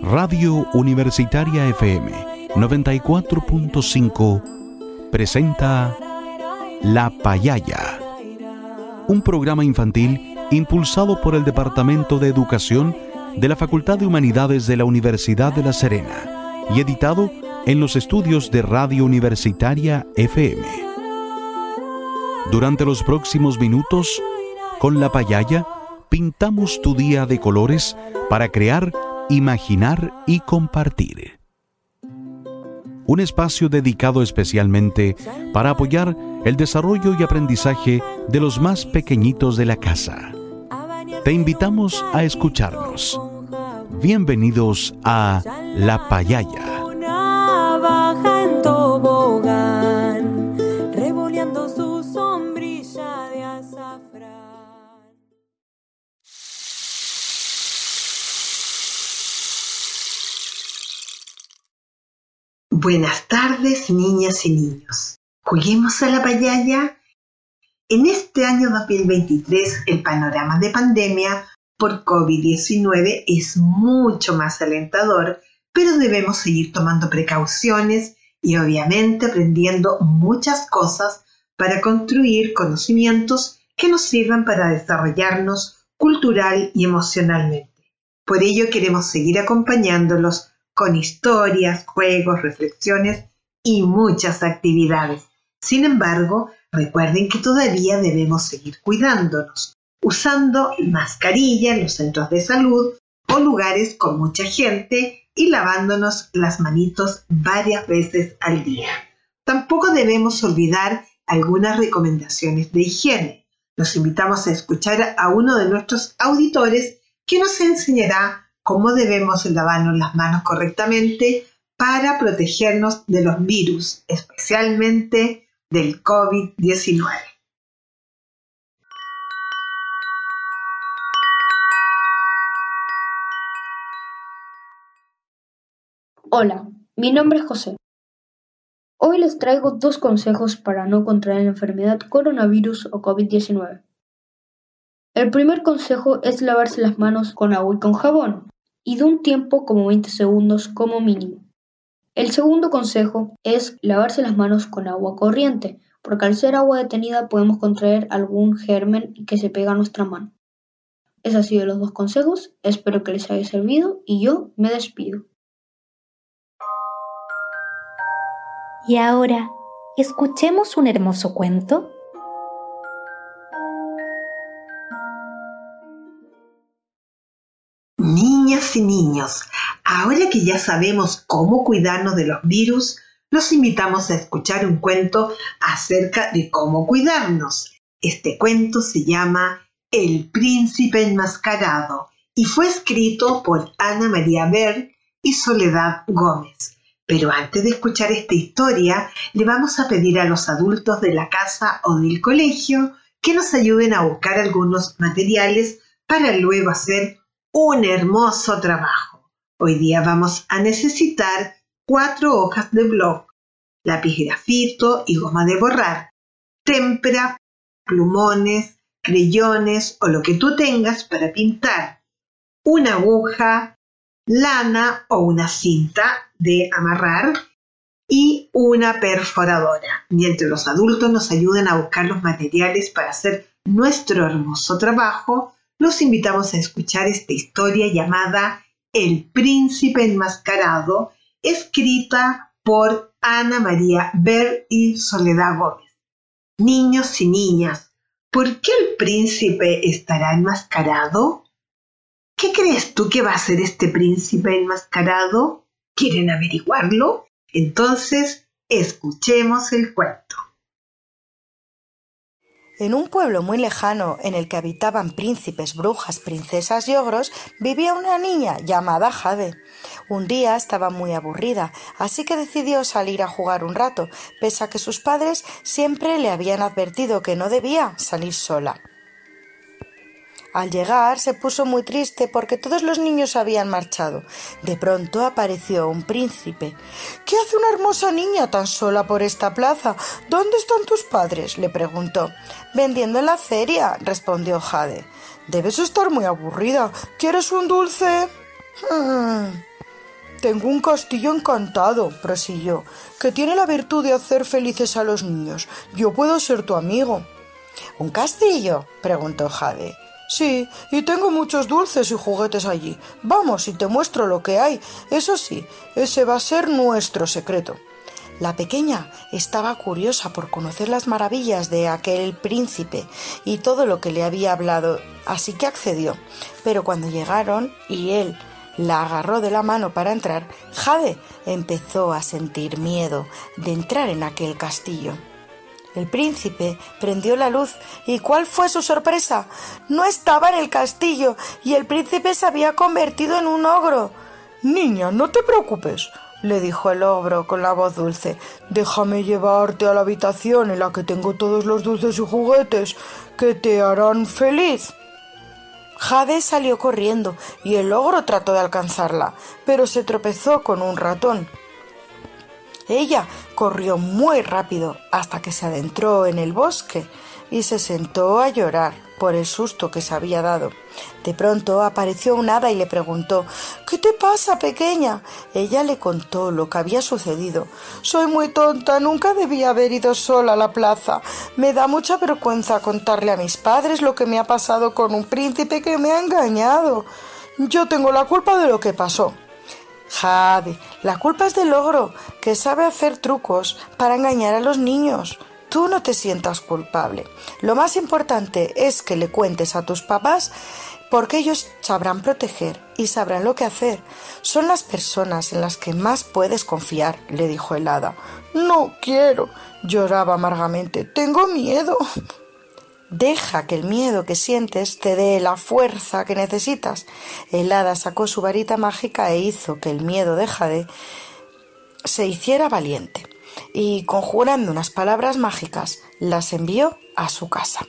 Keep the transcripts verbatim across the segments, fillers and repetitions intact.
Radio Universitaria F M noventa y cuatro punto cinco presenta La Payaya, un programa infantil impulsado por el Departamento de Educación de la Facultad de Humanidades de la Universidad de La Serena y editado en los estudios de Radio Universitaria F M. Durante los próximos minutos, con La Payaya, pintamos tu día de colores para crear, imaginar y compartir. Un espacio dedicado especialmente para apoyar el desarrollo y aprendizaje de los más pequeñitos de la casa. Te invitamos a escucharnos. Bienvenidos a La Payaya. Buenas tardes, niñas y niños. ¿Juguemos a la payaya? En este año dos mil veintitrés, el panorama de pandemia por COVID diecinueve es mucho más alentador, pero debemos seguir tomando precauciones y obviamente aprendiendo muchas cosas para construir conocimientos que nos sirvan para desarrollarnos cultural y emocionalmente. Por ello queremos seguir acompañándolos con historias, juegos, reflexiones y muchas actividades. Sin embargo, recuerden que todavía debemos seguir cuidándonos, usando mascarilla en los centros de salud o lugares con mucha gente y lavándonos las manitos varias veces al día. Tampoco debemos olvidar algunas recomendaciones de higiene. Los invitamos a escuchar a uno de nuestros auditores que nos enseñará cómo debemos lavarnos las manos correctamente para protegernos de los virus, especialmente del COVID diecinueve. Hola, mi nombre es José. Hoy les traigo dos consejos para no contraer la enfermedad coronavirus o COVID diecinueve. El primer consejo es lavarse las manos con agua y con jabón, y de un tiempo como veinte segundos como mínimo. El segundo consejo es lavarse las manos con agua corriente, porque al ser agua detenida podemos contraer algún germen que se pega a nuestra mano. Esos han sido los dos consejos, espero que les haya servido y yo me despido. Y ahora, escuchemos un hermoso cuento. Niñas y niños, ahora que ya sabemos cómo cuidarnos de los virus, los invitamos a escuchar un cuento acerca de cómo cuidarnos. Este cuento se llama El Príncipe Enmascarado y fue escrito por Ana María Ver y Soledad Gómez. Pero antes de escuchar esta historia, le vamos a pedir a los adultos de la casa o del colegio que nos ayuden a buscar algunos materiales para luego hacer un hermoso trabajo. Hoy día vamos a necesitar cuatro hojas de blog, lápiz grafito y goma de borrar, témpera, plumones, creyones o lo que tú tengas para pintar, una aguja, lana o una cinta de amarrar y una perforadora. Mientras los adultos nos ayudan a buscar los materiales para hacer nuestro hermoso trabajo, los invitamos a escuchar esta historia llamada El Príncipe Enmascarado, escrita por Ana María Ver y Soledad Gómez. Niños y niñas, ¿por qué el príncipe estará enmascarado? ¿Qué crees tú que va a hacer este príncipe enmascarado? ¿Quieren averiguarlo? Entonces, escuchemos el cuento. En un pueblo muy lejano, en el que habitaban príncipes, brujas, princesas y ogros, vivía una niña llamada Jade. Un día estaba muy aburrida, así que decidió salir a jugar un rato, pese a que sus padres siempre le habían advertido que no debía salir sola. Al llegar se puso muy triste porque todos los niños habían marchado. De pronto apareció un príncipe. «¿Qué hace una hermosa niña tan sola por esta plaza? ¿Dónde están tus padres?», le preguntó. «Vendiendo en la feria», respondió Jade. «Debes estar muy aburrida. ¿Quieres un dulce?» Hmm. Tengo un castillo encantado, prosiguió, que tiene la virtud de hacer felices a los niños. Yo puedo ser tu amigo. ¿Un castillo?, preguntó Jade. Sí, y tengo muchos dulces y juguetes allí. Vamos y te muestro lo que hay. Eso sí, ese va a ser nuestro secreto. La pequeña estaba curiosa por conocer las maravillas de aquel príncipe y todo lo que le había hablado, así que accedió. Pero cuando llegaron y él la agarró de la mano para entrar, Jade empezó a sentir miedo de entrar en aquel castillo. El príncipe prendió la luz y ¿cuál fue su sorpresa? No estaba en el castillo y el príncipe se había convertido en un ogro. «Niña, no te preocupes», le dijo el ogro con la voz dulce. «Déjame llevarte a la habitación en la que tengo todos los dulces y juguetes que te harán feliz». Jade salió corriendo y el ogro trató de alcanzarla, pero se tropezó con un ratón. Ella corrió muy rápido hasta que se adentró en el bosque y se sentó a llorar por el susto que se había dado. De pronto apareció un hada y le preguntó: «¿Qué te pasa, pequeña?». Ella le contó lo que había sucedido. «Soy muy tonta, nunca debía haber ido sola a la plaza. Me da mucha vergüenza contarle a mis padres lo que me ha pasado con un príncipe que me ha engañado. Yo tengo la culpa de lo que pasó». «Jade, la culpa es del ogro, que sabe hacer trucos para engañar a los niños. Tú no te sientas culpable. Lo más importante es que le cuentes a tus papás porque ellos sabrán proteger y sabrán lo que hacer. Son las personas en las que más puedes confiar», le dijo el hada. «No quiero», lloraba amargamente. «Tengo miedo». «Deja que el miedo que sientes te dé la fuerza que necesitas». El hada sacó su varita mágica e hizo que el miedo de Jade se hiciera valiente, y conjurando unas palabras mágicas las envió a su casa.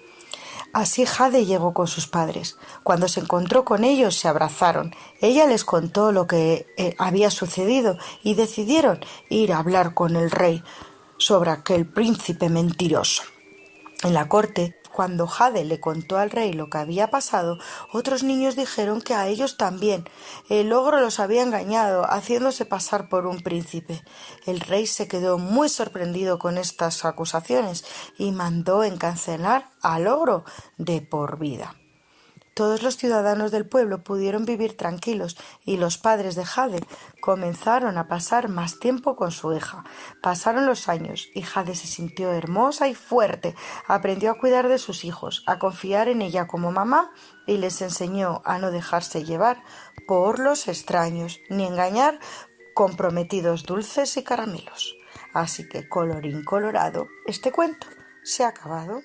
Así Jade llegó con sus padres. Cuando se encontró con ellos se abrazaron. Ella les contó lo que eh, había sucedido y decidieron ir a hablar con el rey sobre aquel príncipe mentiroso. En la corte, cuando Jade le contó al rey lo que había pasado, otros niños dijeron que a ellos también. El ogro los había engañado, haciéndose pasar por un príncipe. El rey se quedó muy sorprendido con estas acusaciones y mandó encarcelar al ogro de por vida. Todos los ciudadanos del pueblo pudieron vivir tranquilos y los padres de Jade comenzaron a pasar más tiempo con su hija. Pasaron los años y Jade se sintió hermosa y fuerte. Aprendió a cuidar de sus hijos, a confiar en ella como mamá y les enseñó a no dejarse llevar por los extraños ni engañar con prometidos dulces y caramelos. Así que, colorín colorado, este cuento se ha acabado.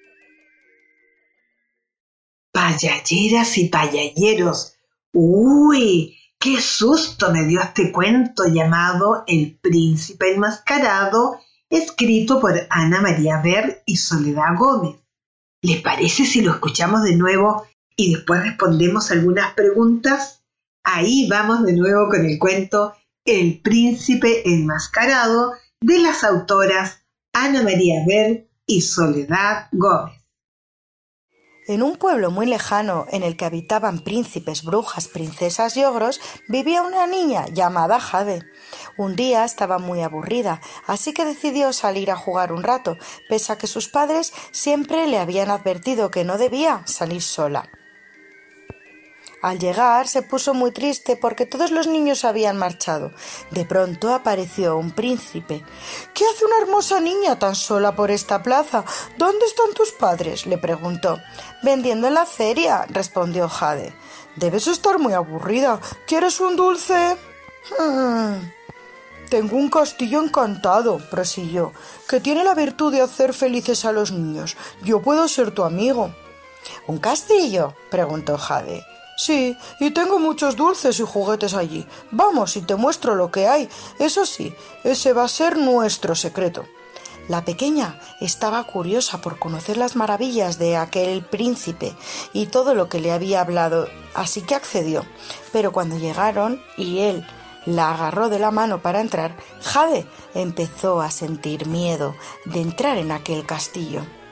Payalleras y payalleros, ¡uy! ¡Qué susto me dio este cuento llamado El Príncipe Enmascarado, escrito por Ana María Ver y Soledad Gómez! ¿Les parece si lo escuchamos de nuevo y después respondemos algunas preguntas? Ahí vamos de nuevo con el cuento El Príncipe Enmascarado de las autoras Ana María Ver y Soledad Gómez. En un pueblo muy lejano, en el que habitaban príncipes, brujas, princesas y ogros, vivía una niña llamada Jade. Un día estaba muy aburrida, así que decidió salir a jugar un rato, pese a que sus padres siempre le habían advertido que no debía salir sola. Al llegar se puso muy triste porque todos los niños habían marchado. De pronto apareció un príncipe. «¿Qué hace una hermosa niña tan sola por esta plaza? ¿Dónde están tus padres?», le preguntó. «Vendiendo en la feria», respondió Jade. «Debes estar muy aburrida. ¿Quieres un dulce?» Hmm. «Tengo un castillo encantado», prosiguió, «que tiene la virtud de hacer felices a los niños. Yo puedo ser tu amigo». «¿Un castillo?», preguntó Jade. «Sí, y tengo muchos dulces y juguetes allí. Vamos y te muestro lo que hay. Eso sí, ese va a ser nuestro secreto». La pequeña estaba curiosa por conocer las maravillas de aquel príncipe y todo lo que le había hablado, así que accedió. Pero cuando llegaron y él la agarró de la mano para entrar, Jade empezó a sentir miedo de entrar en aquel castillo.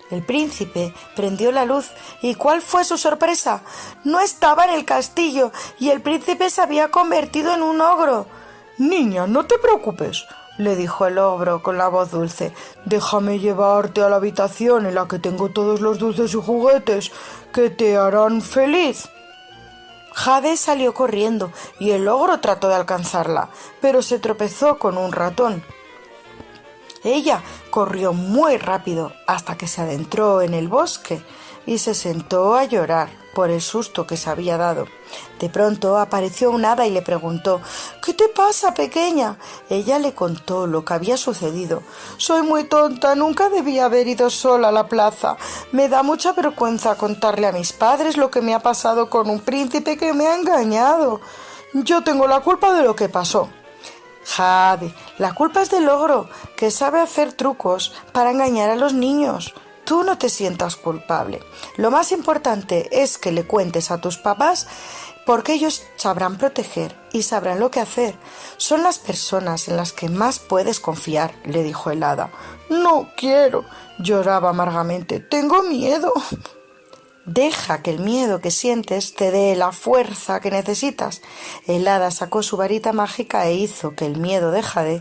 El príncipe prendió la luz y ¿cuál fue su sorpresa? No estaba en el castillo y el príncipe se había convertido en un ogro. «Niña, no te preocupes», le dijo el ogro con la voz dulce. «Déjame llevarte a la habitación en la que tengo todos los dulces y juguetes que te harán feliz». Jade salió corriendo y el ogro trató de alcanzarla, pero se tropezó con un ratón. Ella corrió muy rápido hasta que se adentró en el bosque y se sentó a llorar por el susto que se había dado. De pronto apareció un hada y le preguntó: «¿Qué te pasa, pequeña?». Ella le contó lo que había sucedido. «Soy muy tonta, nunca debía haber ido sola a la plaza. Me da mucha vergüenza contarle a mis padres lo que me ha pasado con un príncipe que me ha engañado. Yo tengo la culpa de lo que pasó». «Jade, la culpa es del ogro, que sabe hacer trucos para engañar a los niños. Tú no te sientas culpable. Lo más importante es que le cuentes a tus papás porque ellos sabrán proteger y sabrán lo que hacer. Son las personas en las que más puedes confiar», le dijo el hada. «No quiero», lloraba amargamente. «Tengo miedo». «Deja que el miedo que sientes te dé la fuerza que necesitas». El hada sacó su varita mágica e hizo que el miedo de Jade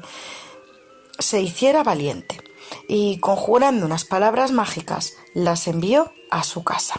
se hiciera valiente, y conjurando unas palabras mágicas las envió a su casa.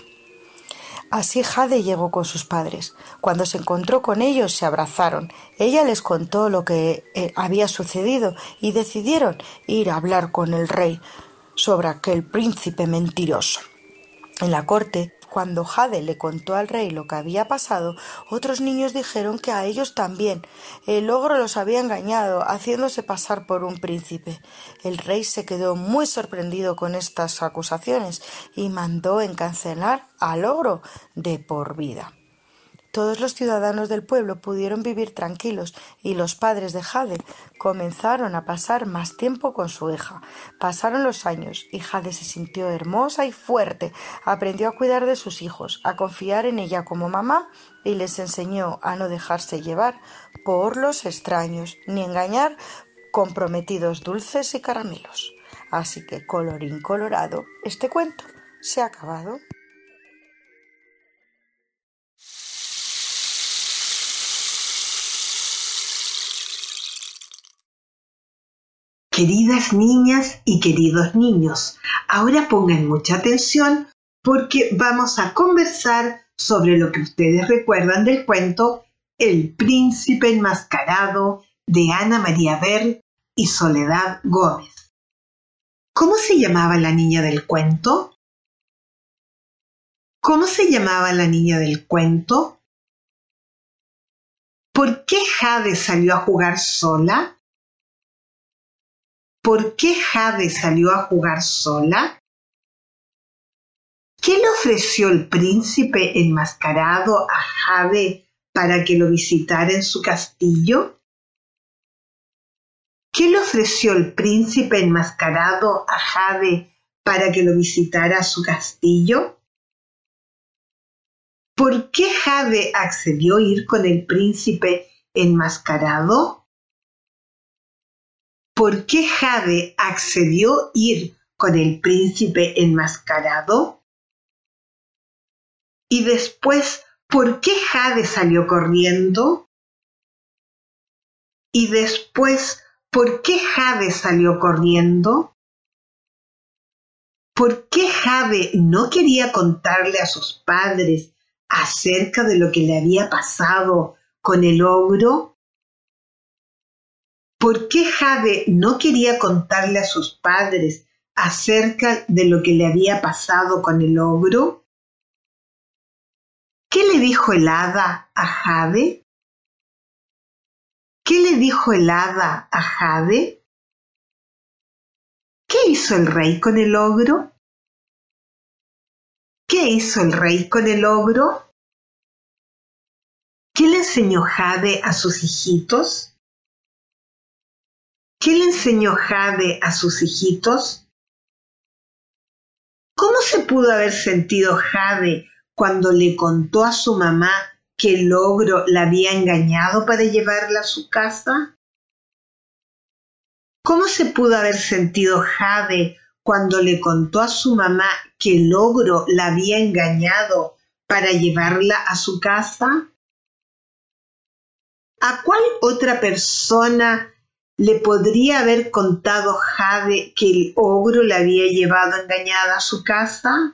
Así Jade llegó con sus padres. Cuando se encontró con ellos se abrazaron. Ella les contó lo que eh, había sucedido y decidieron ir a hablar con el rey sobre aquel príncipe mentiroso. En la corte, cuando Jade le contó al rey lo que había pasado, otros niños dijeron que a ellos también. El ogro los había engañado, haciéndose pasar por un príncipe. El rey se quedó muy sorprendido con estas acusaciones y mandó encarcelar al ogro de por vida. Todos los ciudadanos del pueblo pudieron vivir tranquilos y los padres de Jade comenzaron a pasar más tiempo con su hija. Pasaron los años y Jade se sintió hermosa y fuerte. Aprendió a cuidar de sus hijos, a confiar en ella como mamá y les enseñó a no dejarse llevar por los extraños ni engañar con prometidos dulces y caramelos. Así que, colorín colorado, este cuento se ha acabado. Queridas niñas y queridos niños, ahora pongan mucha atención porque vamos a conversar sobre lo que ustedes recuerdan del cuento El Príncipe Enmascarado de Ana María Ver y Soledad Gómez. ¿Cómo se llamaba la niña del cuento? ¿Cómo se llamaba la niña del cuento? ¿Por qué Jade salió a jugar sola? ¿Por qué Jade salió a jugar sola? ¿Qué le ofreció el príncipe enmascarado a Jade para que lo visitara en su castillo? ¿Qué le ofreció el príncipe enmascarado a Jade para que lo visitara a su castillo? ¿Por qué Jade accedió a ir con el príncipe enmascarado? ¿Por qué Jade accedió a ir con el príncipe enmascarado? Y después, ¿por qué Jade salió corriendo? Y después, ¿por qué Jade salió corriendo? ¿Por qué Jade no quería contarle a sus padres acerca de lo que le había pasado con el ogro? ¿Por qué Jade no quería contarle a sus padres acerca de lo que le había pasado con el ogro? ¿Qué le dijo el hada a Jade? ¿Qué le dijo el hada a Jade? ¿Qué hizo el rey con el ogro? ¿Qué hizo el rey con el ogro? ¿Qué le enseñó Jade a sus hijitos? ¿Qué le enseñó Jade a sus hijitos? ¿Cómo se pudo haber sentido Jade cuando le contó a su mamá que el ogro la había engañado para llevarla a su casa? ¿Cómo se pudo haber sentido Jade cuando le contó a su mamá que el ogro la había engañado para llevarla a su casa? ¿A cuál otra persona le podría haber contado Jade que el ogro la había llevado engañada a su casa?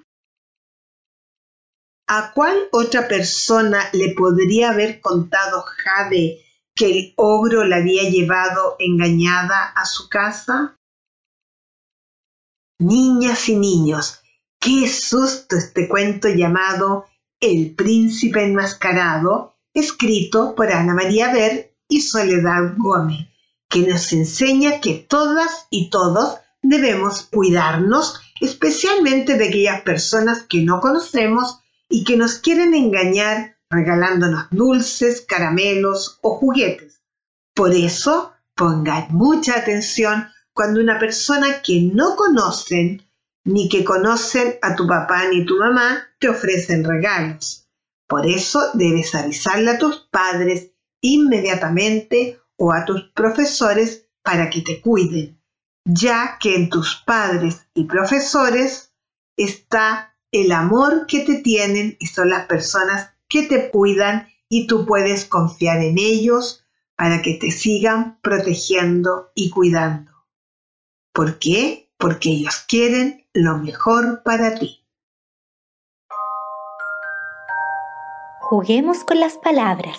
¿A cuál otra persona le podría haber contado Jade que el ogro la había llevado engañada a su casa? Niñas y niños, qué susto este cuento llamado El Príncipe Enmascarado, escrito por Ana María Ver y Soledad Gómez, que nos enseña que todas y todos debemos cuidarnos, especialmente de aquellas personas que no conocemos y que nos quieren engañar regalándonos dulces, caramelos o juguetes. Por eso, pongan mucha atención cuando una persona que no conocen, ni que conocen a tu papá ni tu mamá, te ofrecen regalos. Por eso debes avisarle a tus padres inmediatamente o a tus profesores para que te cuiden, ya que en tus padres y profesores está el amor que te tienen y son las personas que te cuidan y tú puedes confiar en ellos para que te sigan protegiendo y cuidando. ¿Por qué? Porque ellos quieren lo mejor para ti. Juguemos con las palabras.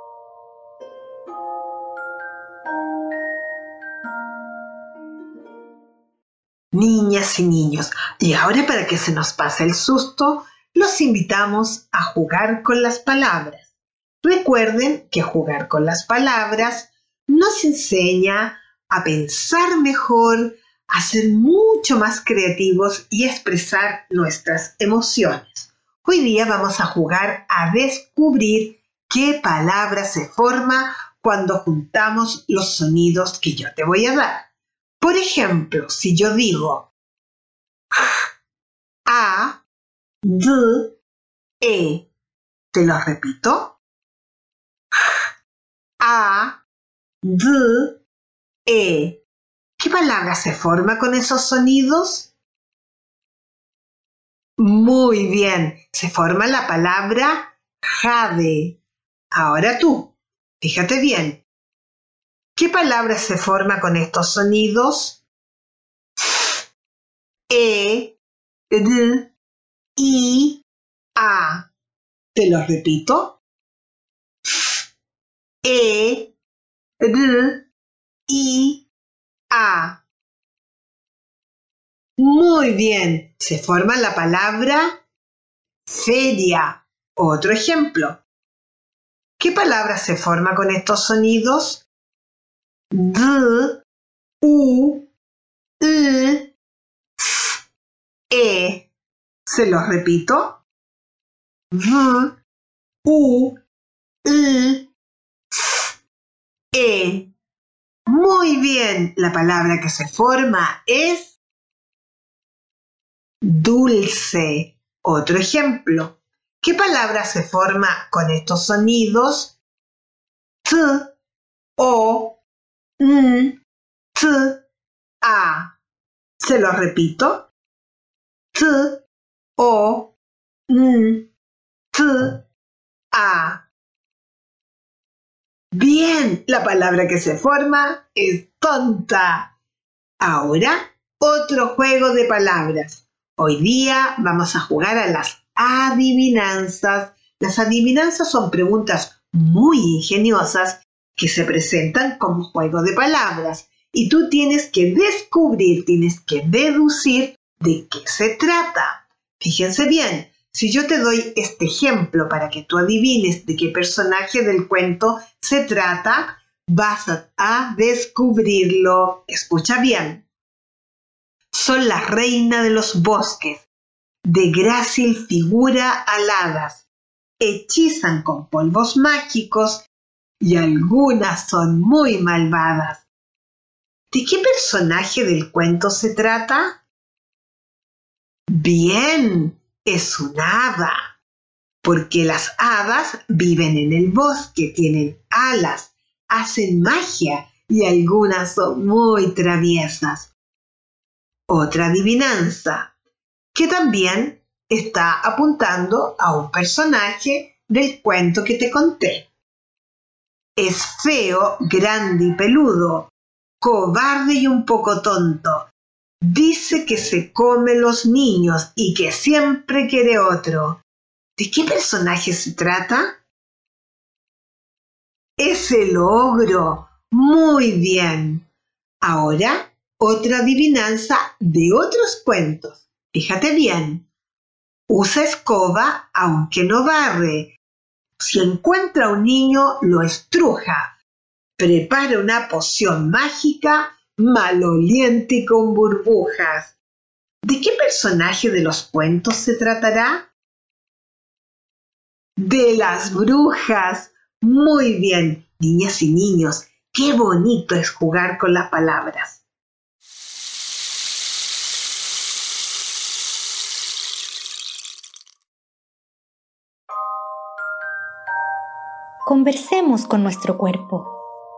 Niñas y niños, y ahora para que se nos pase el susto, los invitamos a jugar con las palabras. Recuerden que jugar con las palabras nos enseña a pensar mejor, a ser mucho más creativos y expresar nuestras emociones. Hoy día vamos a jugar a descubrir qué palabra se forma cuando juntamos los sonidos que yo te voy a dar. Por ejemplo, si yo digo A, D, E, ¿te lo repito? A, D, E. ¿Qué palabra se forma con esos sonidos? Muy bien, se forma la palabra Jade. Ahora tú, fíjate bien. ¿Qué palabra se forma con estos sonidos? E, D, I, A. ¿Te lo repito? E, D, I, A. Muy bien, se forma la palabra feria. Otro ejemplo. ¿Qué palabra se forma con estos sonidos? D, U, I, S, E. ¿Se los repito? D, U, I, S, E. Muy bien, la palabra que se forma es dulce. Otro ejemplo. ¿Qué palabra se forma con estos sonidos? T, O, N, T, A. ¿Se lo repito? T, O, N, T, A. Bien, la palabra que se forma es tonta. Ahora, otro juego de palabras. Hoy día vamos a jugar a las adivinanzas. Las adivinanzas son preguntas muy ingeniosas que se presentan como juego de palabras y tú tienes que descubrir, tienes que deducir de qué se trata. Fíjense bien, si yo te doy este ejemplo para que tú adivines de qué personaje del cuento se trata, vas a, a descubrirlo. Escucha bien. Son la reina de los bosques, de grácil figura aladas, hechizan con polvos mágicos y algunas son muy malvadas. ¿De qué personaje del cuento se trata? Bien, es una hada, porque las hadas viven en el bosque, tienen alas, hacen magia y algunas son muy traviesas. otra adivinanza, que también está apuntando a un personaje del cuento que te conté. Es feo, grande y peludo, cobarde y un poco tonto. Dice que se come los niños y que siempre quiere otro. ¿De qué personaje se trata? Es el ogro. Muy bien. Ahora, otra adivinanza de otros cuentos. Fíjate bien. Usa escoba aunque no barre. Si encuentra a un niño, lo estruja. Prepara una poción mágica, maloliente y con burbujas. ¿De qué personaje de los cuentos se tratará? De las brujas. Muy bien, niñas y niños, qué bonito es jugar con las palabras. Conversemos con nuestro cuerpo.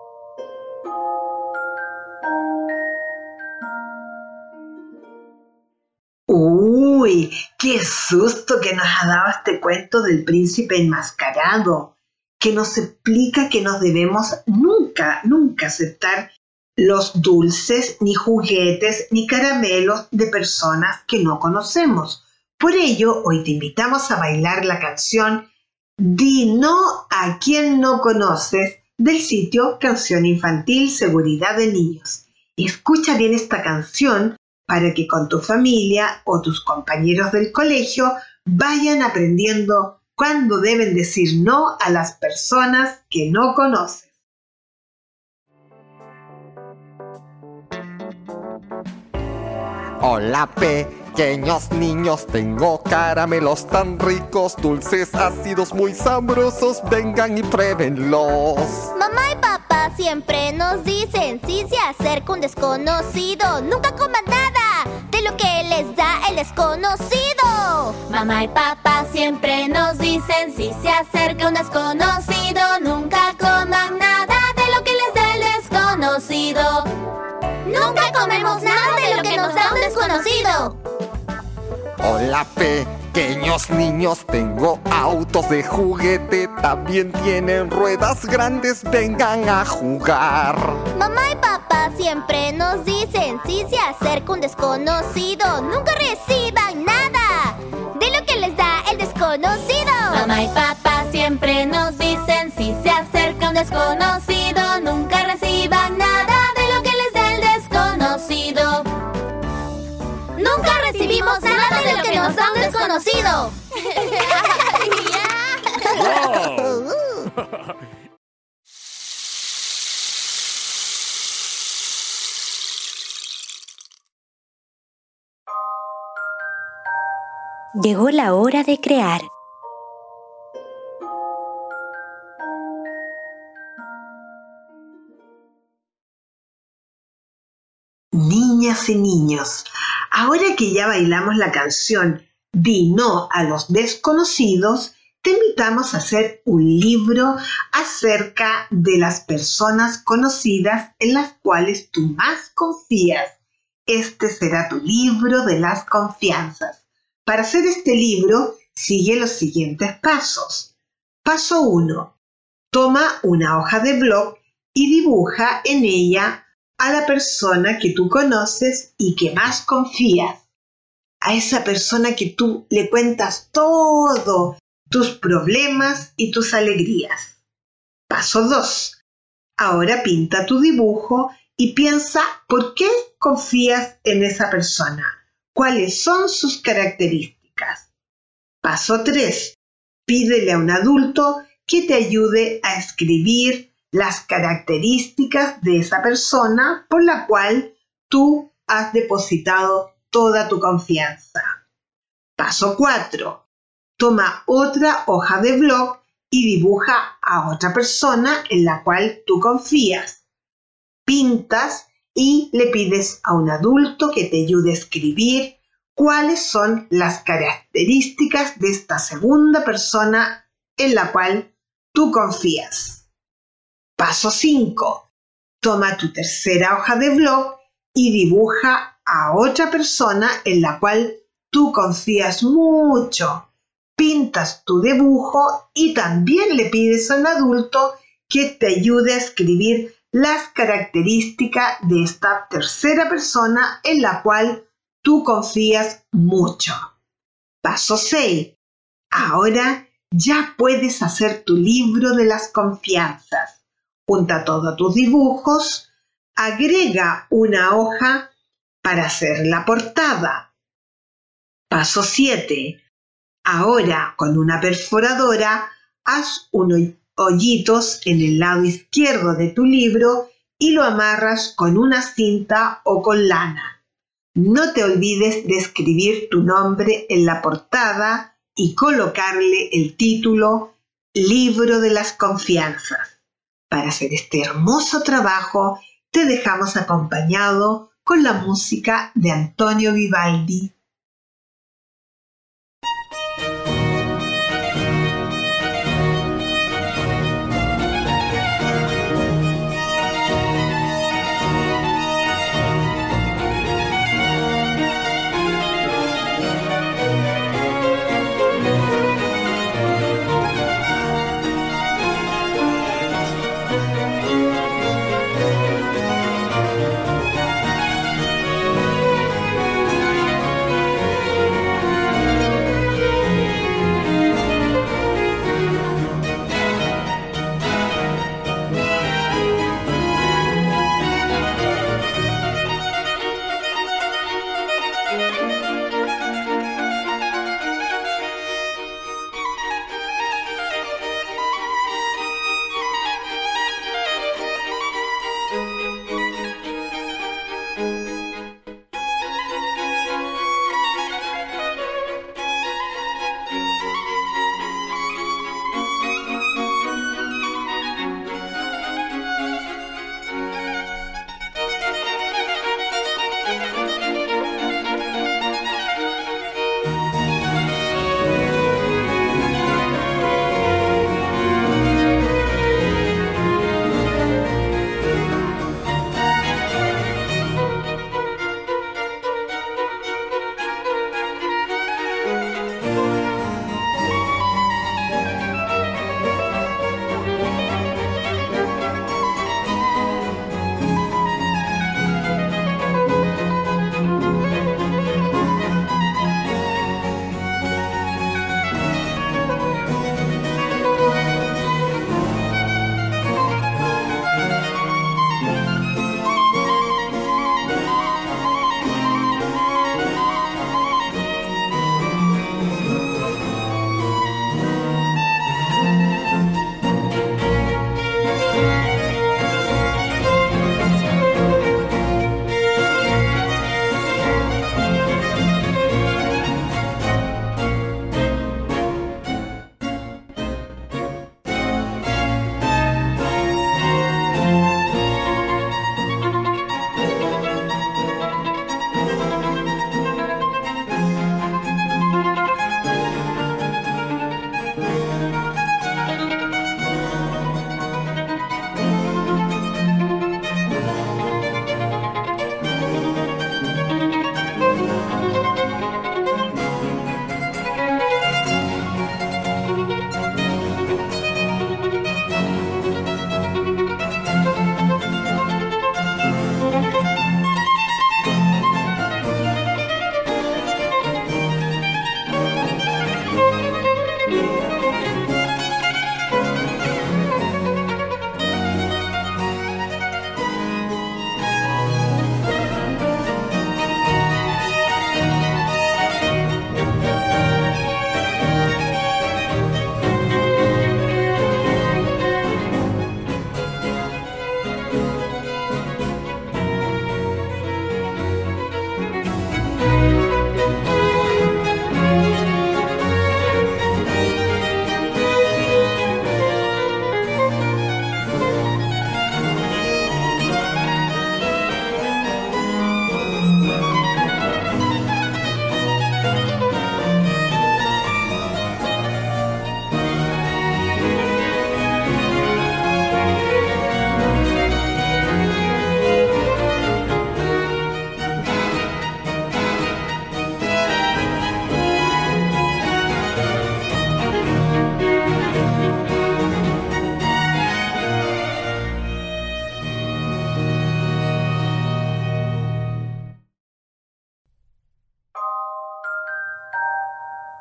¡Uy! ¡Qué susto que nos ha dado este cuento del príncipe enmascarado! Que nos explica que no debemos nunca, nunca aceptar los dulces, ni juguetes, ni caramelos de personas que no conocemos. Por ello, hoy te invitamos a bailar la canción Di no a quien no conoces del sitio Canción Infantil Seguridad de Niños. Escucha bien esta canción para que con tu familia o tus compañeros del colegio vayan aprendiendo cuándo deben decir no a las personas que no conocen. Hola, pequeños niños, tengo caramelos tan ricos, dulces, ácidos, muy sabrosos, vengan y pruébenlos. Mamá y papá siempre nos dicen, si se acerca un desconocido, nunca coman nada de lo que les da el desconocido. Mamá y papá siempre nos dicen, si se acerca un desconocido, nunca coman nada de lo que les da el desconocido. Nunca comemos nada de lo que nos da un desconocido. Hola, pequeños niños, tengo autos de juguete, también tienen ruedas grandes, vengan a jugar. Mamá y papá siempre nos dicen, si se acerca un desconocido, nunca reciban nada de lo que les da el desconocido. Mamá y papá siempre nos dicen, si se acerca un desconocido, nunca reciban nada de lo que les da el desconocido. Nunca recibimos nada de lo que nos da un desconocido. Llegó la hora de crear. Niñas y niños, ahora que ya bailamos la canción Di no a los desconocidos, te invitamos a hacer un libro acerca de las personas conocidas en las cuales tú más confías. Este será tu libro de las confianzas. Para hacer este libro, sigue los siguientes pasos. Paso uno. Toma una hoja de blog y dibuja en ella a la persona que tú conoces y que más confías. A esa persona que tú le cuentas todo, tus problemas y tus alegrías. Paso dos. Ahora pinta tu dibujo y piensa por qué confías en esa persona. ¿Cuáles son sus características? Paso tres. Pídele a un adulto que te ayude a escribir las características de esa persona por la cual tú has depositado toda tu confianza. Paso cuatro. Toma otra hoja de blog y dibuja a otra persona en la cual tú confías. Pintas y le pides a un adulto que te ayude a escribir cuáles son las características de esta segunda persona en la cual tú confías. Paso cinco. Toma tu tercera hoja de blog y dibuja a otra persona en la cual tú confías mucho. Pintas tu dibujo y también le pides a un adulto que te ayude a escribir las características de esta tercera persona en la cual tú confías mucho. Paso seis. Ahora ya puedes hacer tu libro de las confianzas. Junta todos tus dibujos, agrega una hoja para hacer la portada. Paso siete. Ahora, con una perforadora, haz unos hoyitos en el lado izquierdo de tu libro y lo amarras con una cinta o con lana. No te olvides de escribir tu nombre en la portada y colocarle el título Libro de las Confianzas. Para hacer este hermoso trabajo, te dejamos acompañado con la música de Antonio Vivaldi.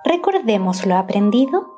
Recordemos lo aprendido.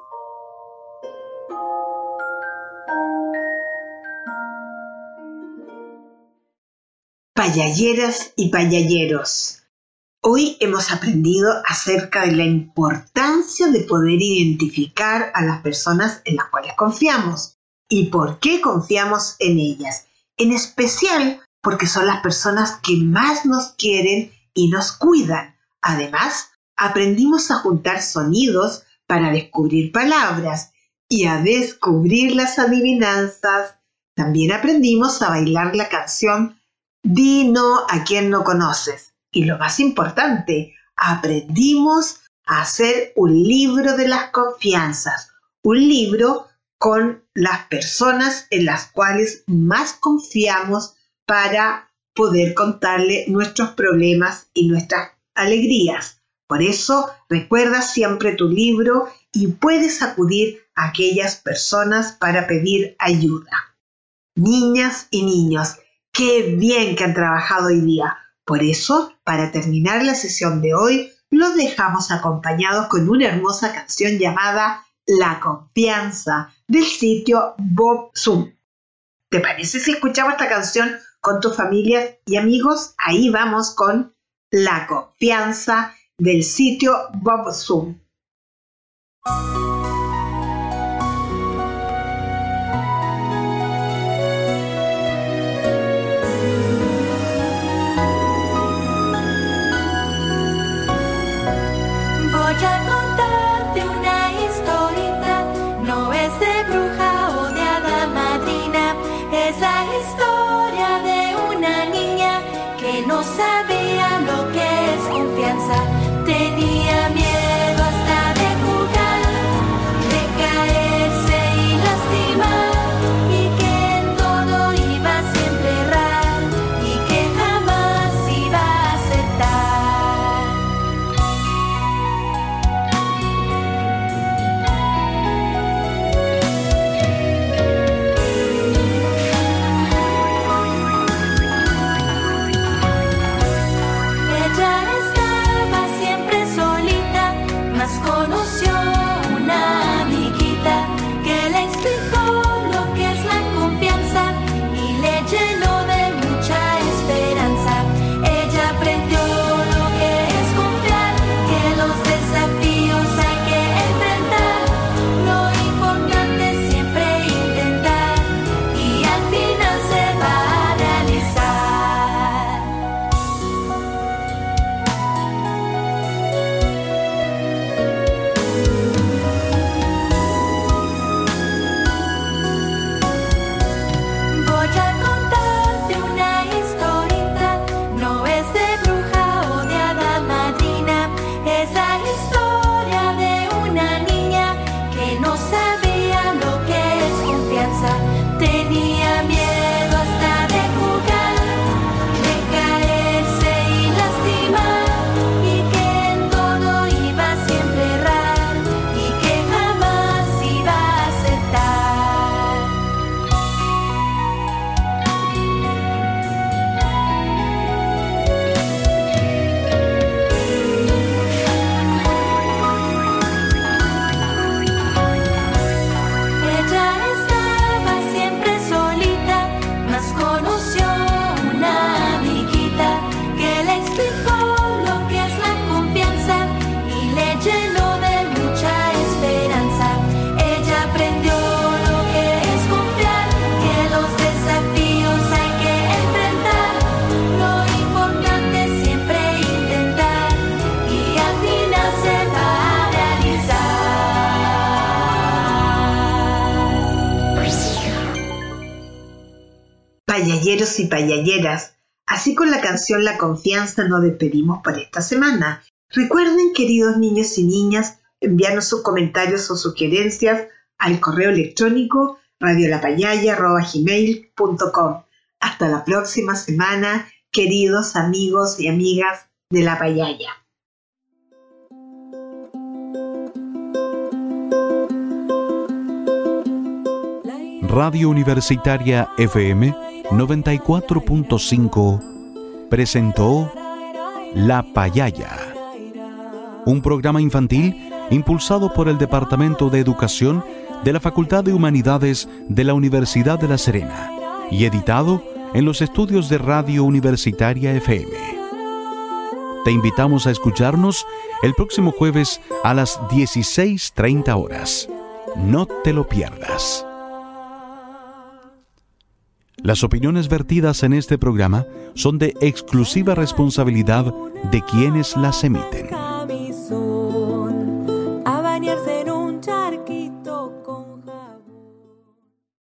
Payalleras y payalleros, hoy hemos aprendido acerca de la importancia de poder identificar a las personas en las cuales confiamos y por qué confiamos en ellas, en especial porque son las personas que más nos quieren y nos cuidan. Además, aprendimos a juntar sonidos para descubrir palabras y a descubrir las adivinanzas. También aprendimos a bailar la canción Di no a quien no conoces. Y lo más importante, aprendimos a hacer un libro de las confianzas, un libro con las personas en las cuales más confiamos para poder contarle nuestros problemas y nuestras alegrías. Por eso, recuerda siempre tu libro y puedes acudir a aquellas personas para pedir ayuda. Niñas y niños, qué bien que han trabajado hoy día. Por eso, para terminar la sesión de hoy, los dejamos acompañados con una hermosa canción llamada La Confianza, del sitio Bob Zoom. ¿Te parece si escuchamos esta canción con tus familias y amigos? Ahí vamos con La Confianza del sitio Bob Zoom. Voy a contarte una historita, no es de bruja o de hada madrina, es la historia de una niña que no sabía lo que es confianza, tenía miedo hasta de jugar, de caerse y lastimar, y que en todo iba siempre a errar, y que jamás iba a aceptar. Conoció una amiguita que le explicó lo que es la confianza y le llenó de mucha esperanza. Ella aprendió lo que es confiar, que los desafíos hay que enfrentar, lo importante es siempre intentar y al final se va a realizar. Tenía miedo hasta de jugar, de caerse y lastimar, y que en todo iba siempre a errar, y que jamás iba a aceptar. Ella estaba siempre solita, mas conoció una amiguita que le explicó lo que es la confianza y le llenó de mucha esperanza. Ella aprendió lo que es confiar, que los desafíos hay que enfrentar, lo importante es siempre intentar y al final se va a realizar. Payalleros y payalleras, así con la canción La Confianza nos despedimos por esta semana. Recuerden, queridos niños y niñas, enviarnos sus comentarios o sugerencias al correo electrónico radiolapayaya arroba gmail punto com. Hasta la próxima semana, queridos amigos y amigas de La Payaya. Radio Universitaria F M noventa y cuatro punto cinco presentó La Payaya, un programa infantil impulsado por el Departamento de Educación de la Facultad de Humanidades de la Universidad de La Serena y editado en los estudios de Radio Universitaria F M. Te invitamos a escucharnos el próximo jueves a las dieciséis treinta horas. No te lo pierdas. Las opiniones vertidas en este programa son de exclusiva responsabilidad de quienes las emiten.